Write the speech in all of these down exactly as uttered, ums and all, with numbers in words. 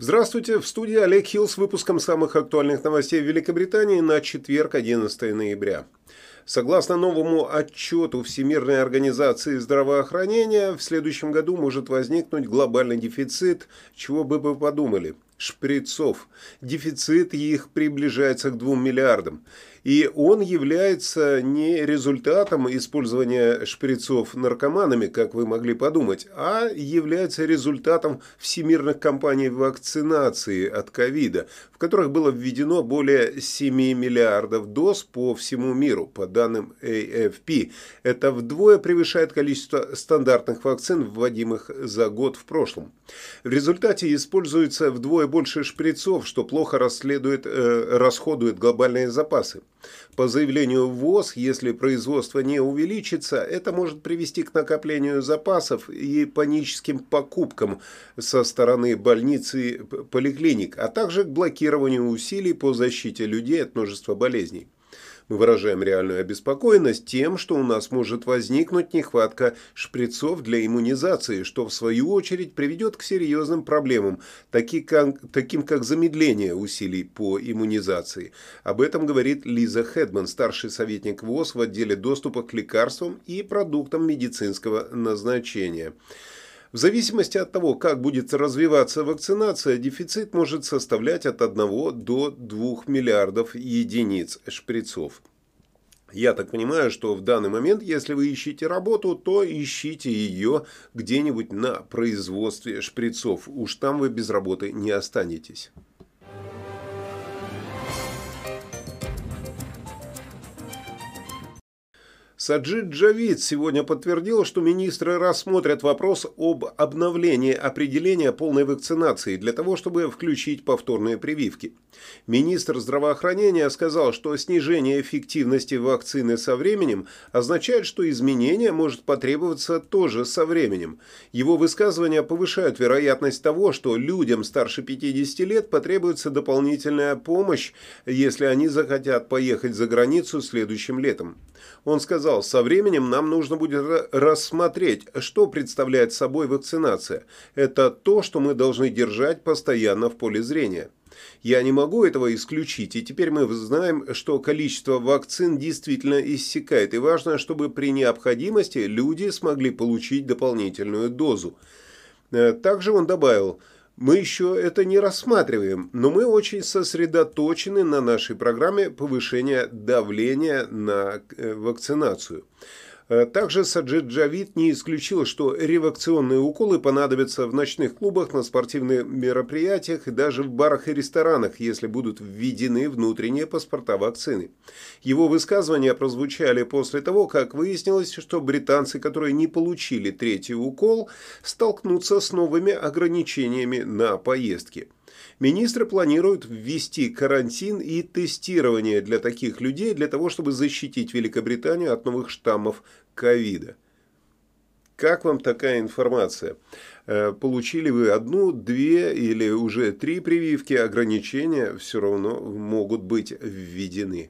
Здравствуйте, в студии Олег Хилл с выпуском самых актуальных новостей в Великобритании на четверг, одиннадцатое ноября. Согласно новому отчету Всемирной организации здравоохранения, в следующем году может возникнуть глобальный дефицит, чего бы вы подумали, шприцов. Дефицит их приближается к двум миллиардам. И он является не результатом использования шприцов наркоманами, как вы могли подумать, а является результатом всемирных кампаний вакцинации от ковида, в которых было введено более семи миллиардов доз по всему миру, по данным эй эф пи. Это вдвое превышает количество стандартных вакцин, вводимых за год в прошлом. В результате используется вдвое больше шприцов, что плохо расследует, э, расходует глобальные запасы. По заявлению ВОЗ, если производство не увеличится, это может привести к накоплению запасов и паническим покупкам со стороны больниц и поликлиник, а также к блокированию усилий по защите людей от множества болезней. Мы выражаем реальную обеспокоенность тем, что у нас может возникнуть нехватка шприцов для иммунизации, что в свою очередь приведет к серьезным проблемам, таким как, таким как замедление усилий по иммунизации. Об этом говорит Лиза Хедман, старший советник ВОЗ в отделе доступа к лекарствам и продуктам медицинского назначения. В зависимости от того, как будет развиваться вакцинация, дефицит может составлять от одного до двух миллиардов единиц шприцов. Я так понимаю, что в данный момент, если вы ищете работу, то ищите ее где-нибудь на производстве шприцов. Уж там вы без работы не останетесь. Саджид Джавид сегодня подтвердил, что министры рассмотрят вопрос об обновлении определения полной вакцинации для того, чтобы включить повторные прививки. Министр здравоохранения сказал, что снижение эффективности вакцины со временем означает, что изменение может потребоваться тоже со временем. Его высказывания повышают вероятность того, что людям старше пятидесяти лет потребуется дополнительная помощь, если они захотят поехать за границу следующим летом. Он сказал, со временем нам нужно будет рассмотреть, что представляет собой вакцинация. Это то, что мы должны держать постоянно в поле зрения. Я не могу этого исключить, и теперь мы знаем, что количество вакцин действительно иссякает, и важно, чтобы при необходимости люди смогли получить дополнительную дозу. Также он добавил, мы еще это не рассматриваем, но мы очень сосредоточены на нашей программе повышения давления на вакцинацию. Также Саджид Джавид не исключил, что ревакционные уколы понадобятся в ночных клубах, на спортивных мероприятиях и даже в барах и ресторанах, если будут введены внутренние паспорта вакцины. Его высказывания прозвучали после того, как выяснилось, что британцы, которые не получили третий укол, столкнутся с новыми ограничениями на поездки. Министры планируют ввести карантин и тестирование для таких людей, для того, чтобы защитить Великобританию от новых штаммов ковида. Как вам такая информация? Получили вы одну, две или уже три прививки, ограничения все равно могут быть введены.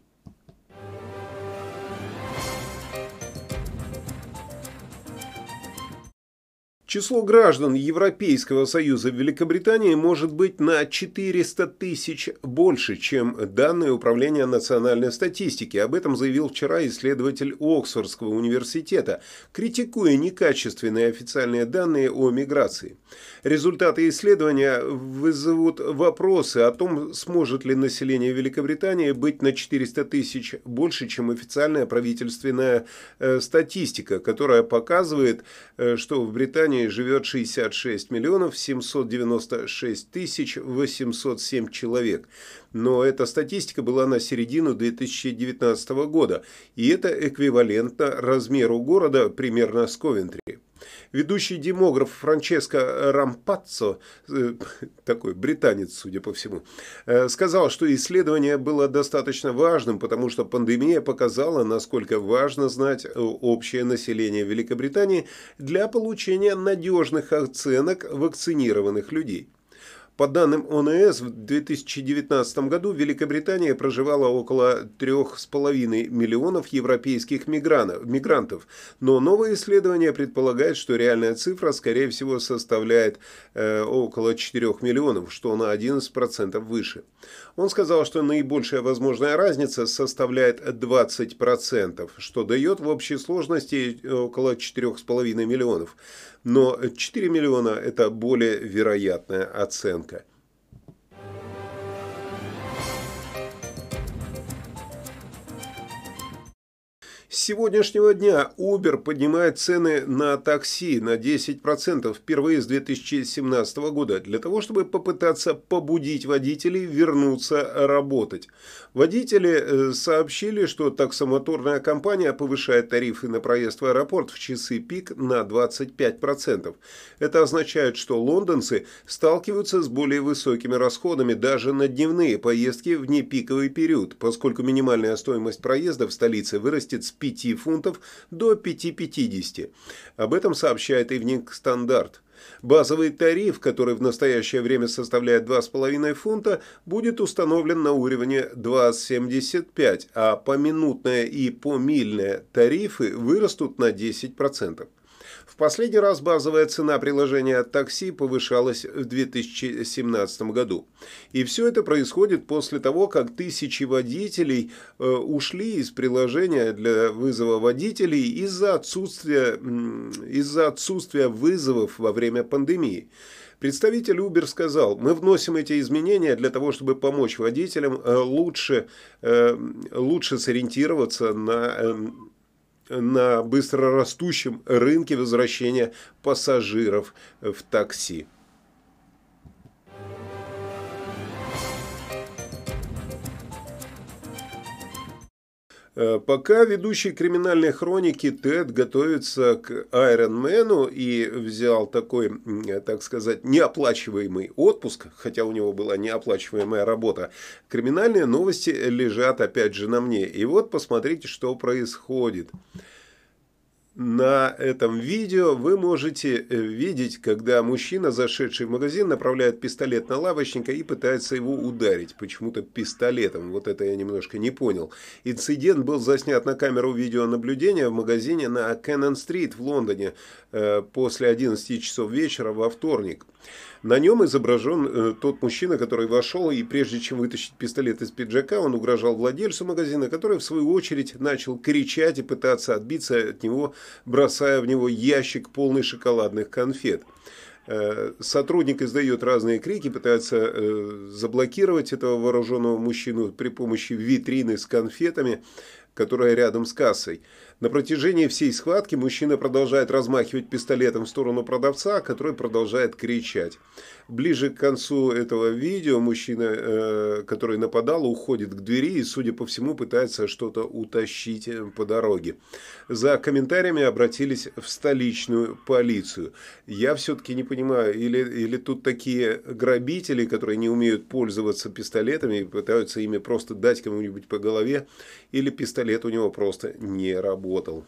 Число граждан Европейского Союза в Великобритании может быть на четыреста тысяч больше, чем данные Управления национальной статистики. Об этом заявил вчера исследователь Оксфордского университета, критикуя некачественные официальные данные о миграции. Результаты исследования вызовут вопросы о том, сможет ли население Великобритании быть на четыреста тысяч больше, чем официальная правительственная статистика, которая показывает, что в Британии живет шестьдесят шесть миллионов семьсот девяносто шесть тысяч восемьсот семь человек. Но эта статистика была на середину две тысячи девятнадцатого года, и это эквивалентно размеру города примерно с Ковентри. Ведущий демограф Франческо Рампаццо, такой британец, судя по всему, сказал, что исследование было достаточно важным, потому что пандемия показала, насколько важно знать общее население Великобритании для получения надежных оценок вакцинированных людей. По данным О Н С, в две тысячи девятнадцатом году в Великобритании проживало около трёх с половиной миллионов европейских мигрантов, но новое исследование предполагает, что реальная цифра, скорее всего, составляет э, около четырёх миллионов, что на одиннадцать процентов выше. Он сказал, что наибольшая возможная разница составляет двадцать процентов, что дает в общей сложности около четырёх с половиной миллионов. Но четыре миллиона – это более вероятная оценка. С сегодняшнего дня Uber поднимает цены на такси на десять процентов впервые с две тысячи семнадцатого года для того, чтобы попытаться побудить водителей вернуться работать. Водители сообщили, что таксомоторная компания повышает тарифы на проезд в аэропорт в часы пик на двадцать пять процентов. Это означает, что лондонцы сталкиваются с более высокими расходами даже на дневные поездки в непиковый период, поскольку минимальная стоимость проезда в столице вырастет с пяти фунтов до пяти пятидесяти. Об этом сообщает Evening Standard. Базовый тариф, который в настоящее время составляет два с половиной фунта, будет установлен на уровне два семьдесят пять, а поминутные и помильные тарифы вырастут на десять процентов. В последний раз базовая цена приложения такси повышалась в две тысячи семнадцатом году. И все это происходит после того, как тысячи водителей э, ушли из приложения для вызова водителей из-за отсутствия, из-за отсутствия вызовов во время пандемии. Представитель Uber сказал: мы вносим эти изменения для того, чтобы помочь водителям э, лучше, э, лучше сориентироваться на... Э, на быстрорастущем рынке возвращения пассажиров в такси. Пока ведущий криминальной хроники Тед готовится к Айронмену и взял такой, так сказать, неоплачиваемый отпуск, хотя у него была неоплачиваемая работа, криминальные новости лежат опять же на мне. И вот посмотрите, что происходит. На этом видео вы можете видеть, когда мужчина, зашедший в магазин, направляет пистолет на лавочника и пытается его ударить. Почему-то пистолетом. Вот это я немножко не понял. Инцидент был заснят на камеру видеонаблюдения в магазине на Кеннон-стрит в Лондоне после одиннадцати часов вечера во вторник. На нем изображен э, тот мужчина, который вошел, и прежде чем вытащить пистолет из пиджака, он угрожал владельцу магазина, который в свою очередь начал кричать и пытаться отбиться от него, бросая в него ящик, полный шоколадных конфет. Э, сотрудник издает разные крики, пытается э, заблокировать этого вооруженного мужчину при помощи витрины с конфетами, которая рядом с кассой. На протяжении всей схватки мужчина продолжает размахивать пистолетом в сторону продавца, который продолжает кричать. Ближе к концу этого видео мужчина, э, который нападал, уходит к двери и, судя по всему, пытается что-то утащить по дороге. За комментариями обратились в столичную полицию. Я все-таки не понимаю, или, или тут такие грабители, которые не умеют пользоваться пистолетами и пытаются ими просто дать кому-нибудь по голове, или пистолет у него просто не работал.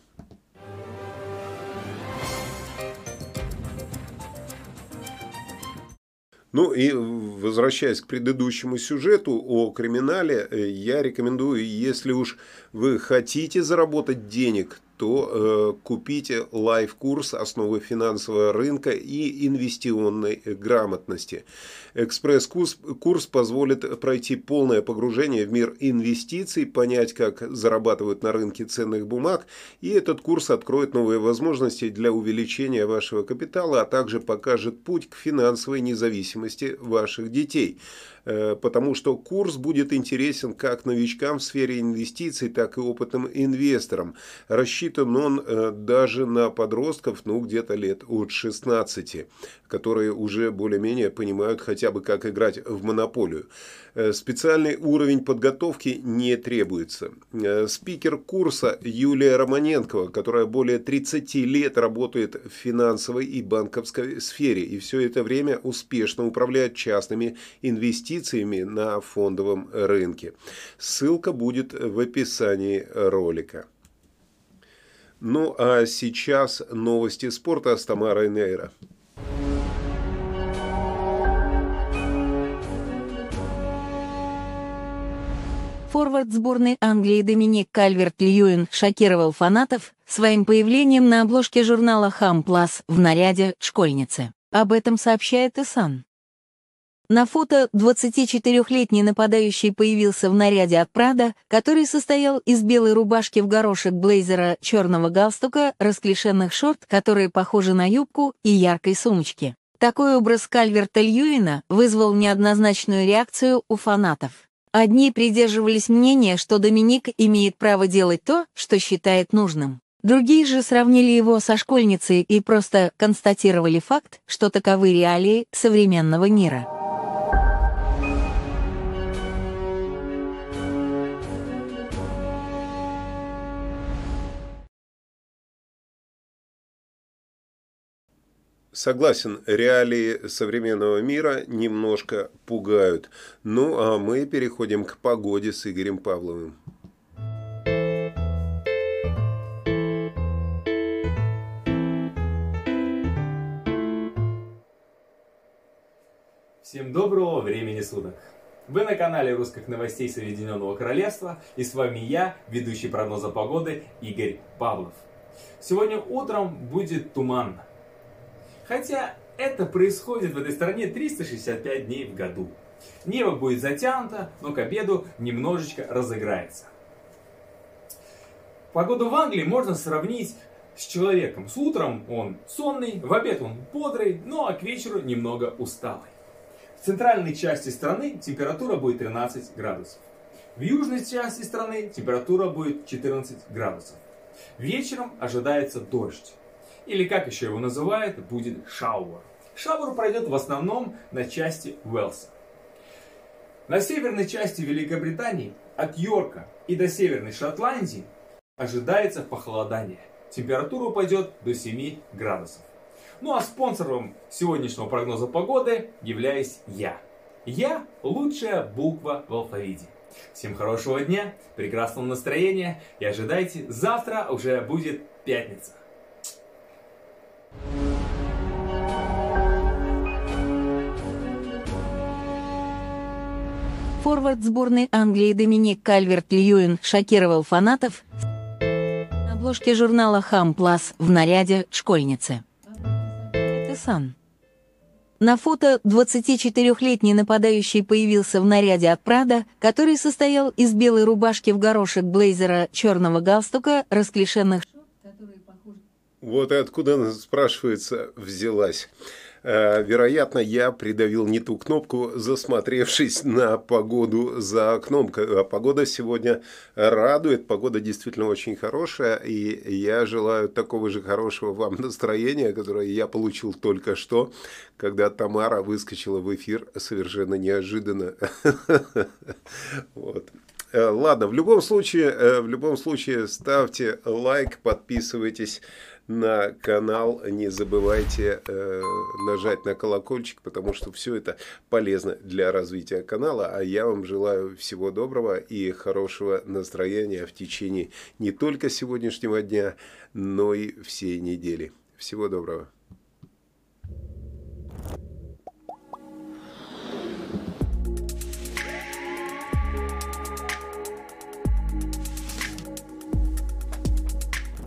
Ну и возвращаясь к предыдущему сюжету о криминале, я рекомендую, если уж вы хотите заработать денег, то э, купите лайв-курс «Основы финансового рынка и инвестиционной грамотности». Экспресс-курс курс позволит пройти полное погружение в мир инвестиций, понять, как зарабатывают на рынке ценных бумаг, и этот курс откроет новые возможности для увеличения вашего капитала, а также покажет путь к финансовой независимости ваших детей. Потому что курс будет интересен как новичкам в сфере инвестиций, так и опытным инвесторам. Рассчитан он даже на подростков, ну, где-то лет от шестнадцати, которые уже более-менее понимают хотя бы, как играть в монополию. Специальный уровень подготовки не требуется. Спикер курса Юлия Романенкова, которая более тридцати лет работает в финансовой и банковской сфере, и все это время успешно управляет частными инвестициями на фондовом рынке. Ссылка будет в описании ролика. Ну а сейчас новости спорта с Тамарой Нейро. Форвард сборной Англии Доминик Кальверт-Льюин шокировал фанатов своим появлением на обложке журнала «Хам Плас» в наряде школьницы. Об этом сообщает The Sun. На фото двадцатичетырёхлетний нападающий появился в наряде от Прада, который состоял из белой рубашки в горошек, блейзера, черного галстука, расклешенных шорт, которые похожи на юбку, и яркой сумочки. Такой образ Кальверта-Льюина вызвал неоднозначную реакцию у фанатов. Одни придерживались мнения, что Доминик имеет право делать то, что считает нужным. Другие же сравнили его со школьницей и просто констатировали факт, что таковы реалии современного мира. Согласен, реалии современного мира немножко пугают. Ну, а мы переходим к погоде с Игорем Павловым. Всем доброго времени суток! Вы на канале русских новостей Соединенного Королевства, и с вами я, ведущий прогноза погоды Игорь Павлов. Сегодня утром будет туманно. Хотя это происходит в этой стране триста шестьдесят пять дней в году. Небо будет затянуто, но к обеду немножечко разыграется. Погоду в Англии можно сравнить с человеком. С утром он сонный, в обед он бодрый, ну а к вечеру немного усталый. В центральной части страны температура будет тринадцать градусов. В южной части страны температура будет четырнадцать градусов. Вечером ожидается дождь. Или, как еще его называют, будет шауэр. Шауэр пройдет в основном на части Уэльса. На северной части Великобритании, от Йорка и до Северной Шотландии, ожидается похолодание. Температура упадет до семи градусов. Ну а спонсором сегодняшнего прогноза погоды являюсь я. Я – лучшая буква в алфавите. Всем хорошего дня, прекрасного настроения и ожидайте, завтра уже будет пятница. Форвард сборной Англии Доминик Кальверт-Льюин шокировал фанатов на обложке журнала «Хам Плас» в наряде школьницы. The Sun. На фото двадцатичетырёхлетний нападающий появился в наряде от Прада, который состоял из белой рубашки в горошек, блейзера, черного галстука, расклешенных шорт, которые похожи... Вот и откуда, спрашивается, взялась. Вероятно, я придавил не ту кнопку, засмотревшись на погоду за окном. Погода сегодня радует, погода действительно очень хорошая, и я желаю такого же хорошего вам настроения, которое я получил только что, когда Тамара выскочила в эфир совершенно неожиданно. Вот. Ладно, в любом случае, в любом случае ставьте лайк, подписывайтесь на канал, не забывайте э, нажать на колокольчик, потому что все это полезно для развития канала. А я вам желаю всего доброго и хорошего настроения в течение не только сегодняшнего дня, но и всей недели. Всего доброго.